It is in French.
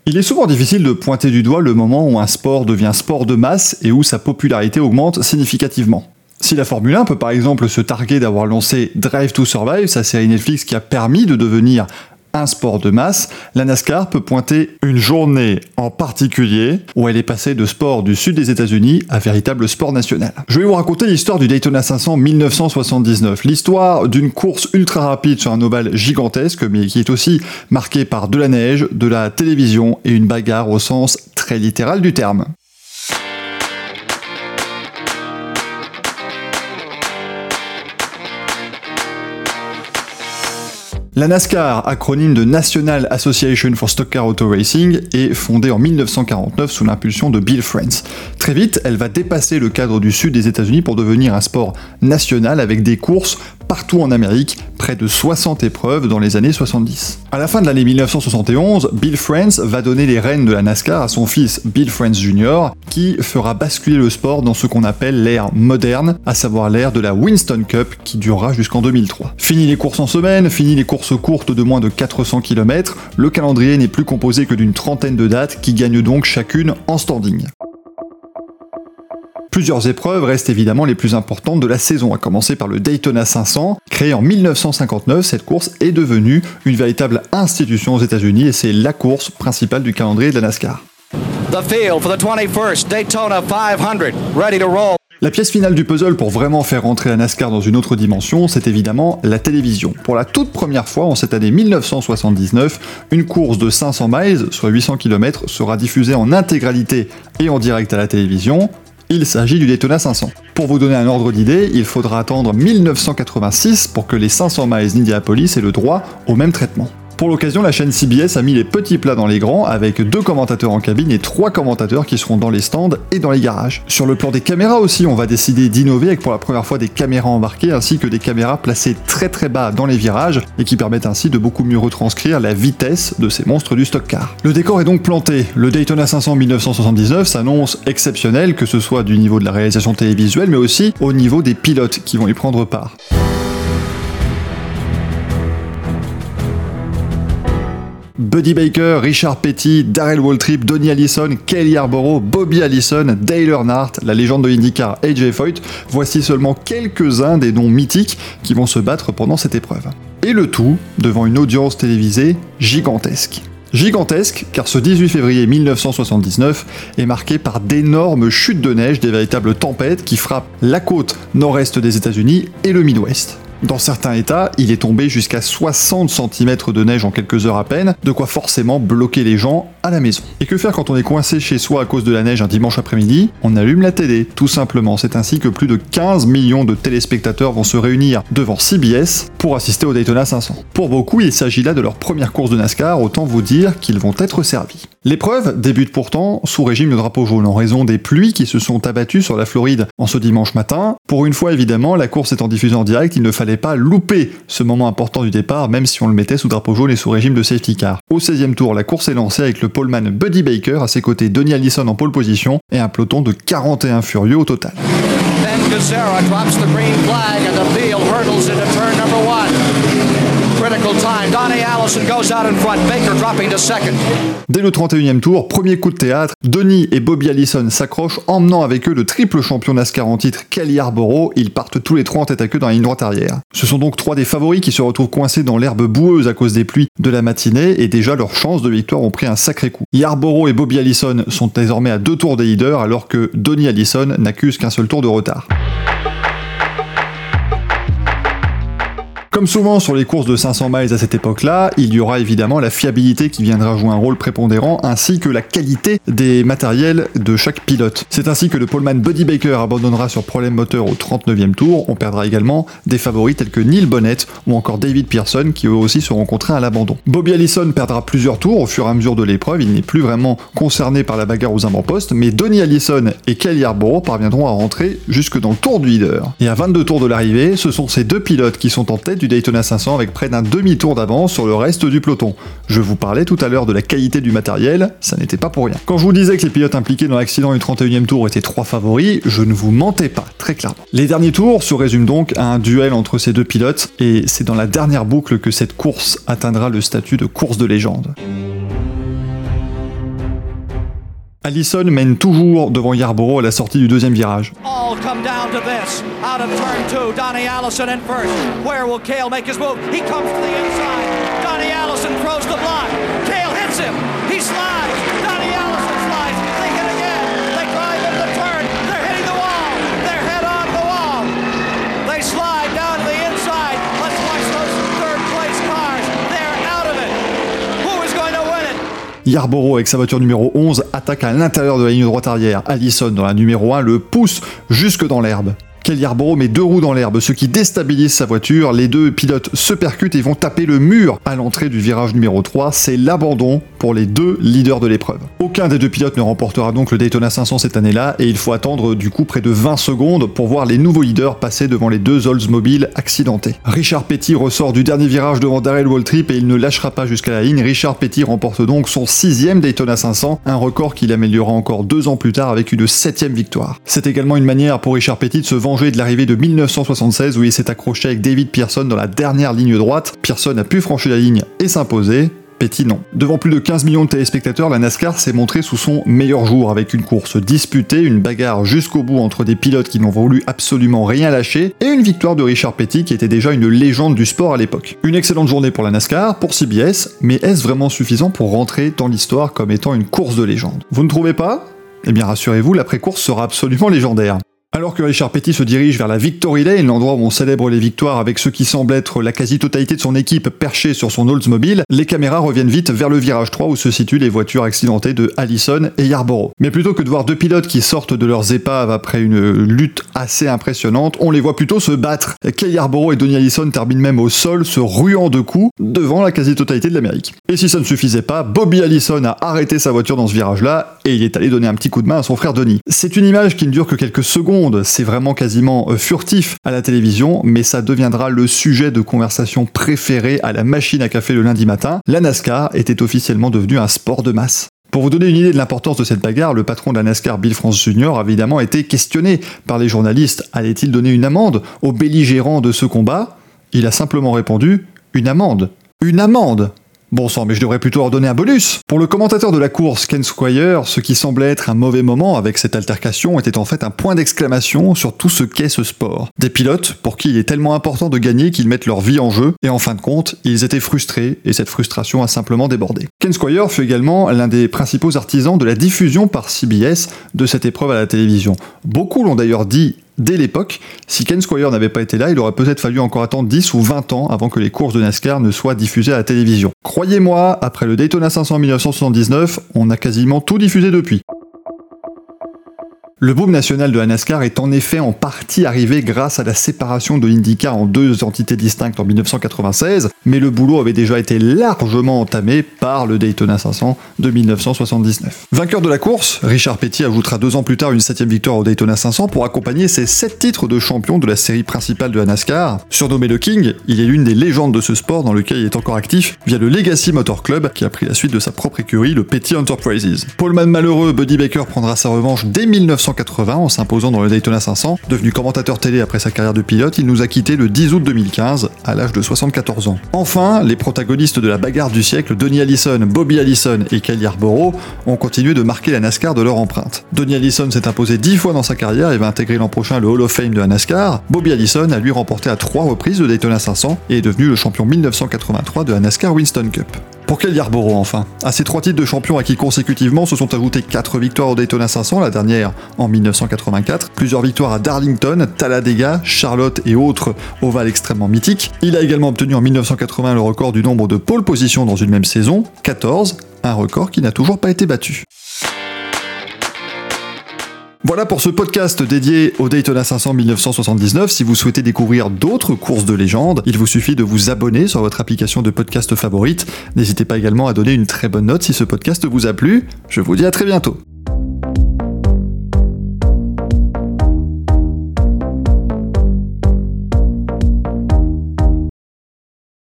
Il est souvent difficile de pointer du doigt le moment où un sport devient sport de masse et où sa popularité augmente significativement. Si la Formule 1 peut par exemple se targuer d'avoir lancé Drive to Survive, sa série Netflix qui a permis de devenir un sport de masse, la NASCAR peut pointer une journée en particulier où elle est passée de sport du sud des États-Unis à véritable sport national. Je vais vous raconter l'histoire du Daytona 500 1979, l'histoire d'une course ultra rapide sur un ovale gigantesque, mais qui est aussi marquée par de la neige, de la télévision et une bagarre au sens très littéral du terme. La NASCAR, acronyme de National Association for Stock Car Auto Racing, est fondée en 1949 sous l'impulsion de Bill France. Très vite, elle va dépasser le cadre du sud des États-Unis pour devenir un sport national avec des courses partout en Amérique, près de 60 épreuves dans les années 70. À la fin de l'année 1971, Bill France va donner les rênes de la NASCAR à son fils Bill France Jr., qui fera basculer le sport dans ce qu'on appelle l'ère moderne, à savoir l'ère de la Winston Cup qui durera jusqu'en 2003. Fini les courses en semaine, fini les courses courtes de moins de 400 km, le calendrier n'est plus composé que d'une trentaine de dates qui gagnent donc chacune en standing. Plusieurs épreuves restent évidemment les plus importantes de la saison, à commencer par le Daytona 500. Créé en 1959, cette course est devenue une véritable institution aux États-Unis et c'est la course principale du calendrier de la NASCAR. The field for the 21st Daytona 500, ready to roll. La pièce finale du puzzle pour vraiment faire rentrer la NASCAR dans une autre dimension, c'est évidemment la télévision. Pour la toute première fois en cette année 1979, une course de 500 miles, soit 800 km, sera diffusée en intégralité et en direct à la télévision. Il s'agit du Daytona 500. Pour vous donner un ordre d'idée, il faudra attendre 1986 pour que les 500 miles d'Indianapolis aient le droit au même traitement. Pour l'occasion, la chaîne CBS a mis les petits plats dans les grands, avec 2 commentateurs en cabine et 3 commentateurs qui seront dans les stands et dans les garages. Sur le plan des caméras aussi, on va décider d'innover avec pour la première fois des caméras embarquées ainsi que des caméras placées très très bas dans les virages et qui permettent ainsi de beaucoup mieux retranscrire la vitesse de ces monstres du stock car. Le décor est donc planté. Le Daytona 500 1979 s'annonce exceptionnel, que ce soit du niveau de la réalisation télévisuelle mais aussi au niveau des pilotes qui vont y prendre part. Buddy Baker, Richard Petty, Darrell Waltrip, Donnie Allison, Kelly Yarborough, Bobby Allison, Dale Earnhardt, la légende de IndyCar AJ Foyt, voici seulement quelques-uns des noms mythiques qui vont se battre pendant cette épreuve. Et le tout devant une audience télévisée gigantesque. Gigantesque, car ce 18 février 1979 est marqué par d'énormes chutes de neige, des véritables tempêtes qui frappent la côte nord-est des États-Unis et le Midwest. Dans certains états, il est tombé jusqu'à 60 cm de neige en quelques heures à peine, de quoi forcément bloquer les gens à la maison. Et que faire quand on est coincé chez soi à cause de la neige un dimanche après-midi? On allume la télé, tout simplement. C'est ainsi que plus de 15 millions de téléspectateurs vont se réunir devant CBS pour assister au Daytona 500. Pour beaucoup, il s'agit là de leur première course de NASCAR, autant vous dire qu'ils vont être servis. L'épreuve débute pourtant sous régime de drapeau jaune en raison des pluies qui se sont abattues sur la Floride en ce dimanche matin. Pour une fois évidemment, la course étant diffusée en direct, il ne fallait pas louper ce moment important du départ, même si on le mettait sous drapeau jaune et sous régime de safety car. Au 16e tour, la course est lancée avec le poleman Buddy Baker, à ses côtés Donnie Allison en pole position et un peloton de 41 furieux au total. Ben Gazzara drops the green flag and the field hurdles into turn number 1. Critical time. Donnie Allison goes out in front. Baker dropping to second. Dès le 31e tour, premier coup de théâtre, Donnie et Bobby Allison s'accrochent, emmenant avec eux le triple champion NASCAR en titre Kelly Yarborough. Ils partent tous les trois en tête à queue dans la ligne droite arrière. Ce sont donc 3 des favoris qui se retrouvent coincés dans l'herbe boueuse à cause des pluies de la matinée et déjà leurs chances de victoire ont pris un sacré coup. Yarborough et Bobby Allison sont désormais à 2 tours des leaders alors que Donnie Allison n'accuse qu'un seul tour de retard. Comme souvent sur les courses de 500 miles à cette époque-là, il y aura évidemment la fiabilité qui viendra jouer un rôle prépondérant, ainsi que la qualité des matériels de chaque pilote. C'est ainsi que le poleman Buddy Baker abandonnera sur problème moteur au 39e tour. On perdra également des favoris tels que Neil Bonnett ou encore David Pearson qui eux aussi seront contraints à l'abandon. Bobby Allison perdra plusieurs tours au fur et à mesure de l'épreuve, il n'est plus vraiment concerné par la bagarre aux avant-postes, mais Donnie Allison et Kelly Yarborough parviendront à rentrer jusque dans le tour du leader. Et à 22 tours de l'arrivée, ce sont ces 2 pilotes qui sont en tête du Daytona 500 avec près d'un demi-tour d'avance sur le reste du peloton. Je vous parlais tout à l'heure de la qualité du matériel, ça n'était pas pour rien. Quand je vous disais que les pilotes impliqués dans l'accident du 31e tour étaient 3 favoris, je ne vous mentais pas, très clairement. Les derniers tours se résument donc à un duel entre ces 2 pilotes, et c'est dans la dernière boucle que cette course atteindra le statut de course de légende. Allison mène toujours devant Yarborough à la sortie du deuxième virage. All come down to this. Out of turn 2, Donnie Allison in first. Where will Cale make his move? He comes to the inside. Donnie Allison throws the block. Cale hits him. He slides. Donnie Allison slides. They hit again. They drive into the turn. They're hitting the wall. They're head on the wall. They slide down to the inside. Let's watch those third place cars. They're out of it. Who is going to win it? Yarborough, avec sa voiture numéro 11, attaque à l'intérieur de la ligne droite arrière. Allison, dans la numéro 1, le pousse jusque dans l'herbe. Cale Yarborough met 2 roues dans l'herbe, ce qui déstabilise sa voiture. Les deux pilotes se percutent et vont taper le mur à l'entrée du virage numéro 3. C'est l'abandon pour les deux leaders de l'épreuve. Aucun des deux pilotes ne remportera donc le Daytona 500 cette année-là, et il faut attendre du coup près de 20 secondes pour voir les nouveaux leaders passer devant les deux Oldsmobile accidentés. Richard Petty ressort du dernier virage devant Darrell Waltrip et il ne lâchera pas jusqu'à la ligne. Richard Petty remporte donc son 6e Daytona 500, un record qu'il améliorera encore 2 ans plus tard avec une 7e victoire. C'est également une manière pour Richard Petty de se venger de l'arrivée de 1976 où il s'est accroché avec David Pearson dans la dernière ligne droite. Pearson a pu franchir la ligne et s'imposer. Petty non. Devant plus de 15 millions de téléspectateurs, la NASCAR s'est montrée sous son meilleur jour avec une course disputée, une bagarre jusqu'au bout entre des pilotes qui n'ont voulu absolument rien lâcher et une victoire de Richard Petty qui était déjà une légende du sport à l'époque. Une excellente journée pour la NASCAR, pour CBS, mais est-ce vraiment suffisant pour rentrer dans l'histoire comme étant une course de légende? Vous ne trouvez pas? Eh bien rassurez-vous, l'après-course sera absolument légendaire. Alors que Richard Petty se dirige vers la Victory Lane, l'endroit où on célèbre les victoires avec ce qui semble être la quasi-totalité de son équipe perchée sur son Oldsmobile, les caméras reviennent vite vers le virage 3 où se situent les voitures accidentées de Allison et Yarborough. Mais plutôt que de voir deux pilotes qui sortent de leurs épaves après une lutte assez impressionnante, on les voit plutôt se battre. Cale Yarborough et Donnie Allison terminent même au sol, se ruant de coups devant la quasi-totalité de l'Amérique. Et si ça ne suffisait pas, Bobby Allison a arrêté sa voiture dans ce virage-là et il est allé donner un petit coup de main à son frère Donnie. C'est une image qui ne dure que quelques secondes. C'est vraiment quasiment furtif à la télévision, mais ça deviendra le sujet de conversation préféré à la machine à café le lundi matin. La NASCAR était officiellement devenue un sport de masse. Pour vous donner une idée de l'importance de cette bagarre, le patron de la NASCAR, Bill France Jr., a évidemment été questionné par les journalistes. Allait-il donner une amende aux belligérants de ce combat? Il a simplement répondu « Une amende. Une amende !» Bon sang, mais je devrais plutôt leur donner un bonus. Pour le commentateur de la course, Ken Squire, ce qui semblait être un mauvais moment avec cette altercation était en fait un point d'exclamation sur tout ce qu'est ce sport. Des pilotes pour qui il est tellement important de gagner qu'ils mettent leur vie en jeu, et en fin de compte, ils étaient frustrés, et cette frustration a simplement débordé. Ken Squire fut également l'un des principaux artisans de la diffusion par CBS de cette épreuve à la télévision. Beaucoup l'ont d'ailleurs dit dès l'époque, si Ken Squire n'avait pas été là, il aurait peut-être fallu encore attendre 10 ou 20 ans avant que les courses de NASCAR ne soient diffusées à la télévision. Croyez-moi, après le Daytona 500 en 1979, on a quasiment tout diffusé depuis. Le boom national de la NASCAR est en effet en partie arrivé grâce à la séparation de l'IndyCar en 2 entités distinctes en 1996, mais le boulot avait déjà été largement entamé par le Daytona 500 de 1979. Vainqueur de la course, Richard Petty ajoutera 2 ans plus tard une 7e victoire au Daytona 500 pour accompagner ses 7 titres de champion de la série principale de la NASCAR. Surnommé le King, il est l'une des légendes de ce sport dans lequel il est encore actif via le Legacy Motor Club qui a pris la suite de sa propre écurie, le Petty Enterprises. Poleman malheureux, Buddy Baker prendra sa revanche dès 1980 en s'imposant dans le Daytona 500. Devenu commentateur télé après sa carrière de pilote, il nous a quitté le 10 août 2015 à l'âge de 74 ans. Enfin, les protagonistes de la bagarre du siècle, Donnie Allison, Bobby Allison et Cale Yarborough, ont continué de marquer la NASCAR de leur empreinte. Donnie Allison s'est imposé 10 fois dans sa carrière et va intégrer l'an prochain le Hall of Fame de la NASCAR. Bobby Allison a lui remporté à 3 reprises le Daytona 500 et est devenu le champion 1983 de la NASCAR Winston Cup. Pour Cale Yarborough enfin, à ces 3 titres de champion acquis consécutivement se sont ajoutés 4 victoires au Daytona 500, la dernière en 1984, plusieurs victoires à Darlington, Talladega, Charlotte et autres ovales extrêmement mythiques. Il a également obtenu en 1980 le record du nombre de pole positions dans une même saison, 14, un record qui n'a toujours pas été battu. Voilà pour ce podcast dédié au Daytona 500 1979. Si vous souhaitez découvrir d'autres courses de légende, il vous suffit de vous abonner sur votre application de podcast favorite. N'hésitez pas également à donner une très bonne note si ce podcast vous a plu. Je vous dis à très bientôt.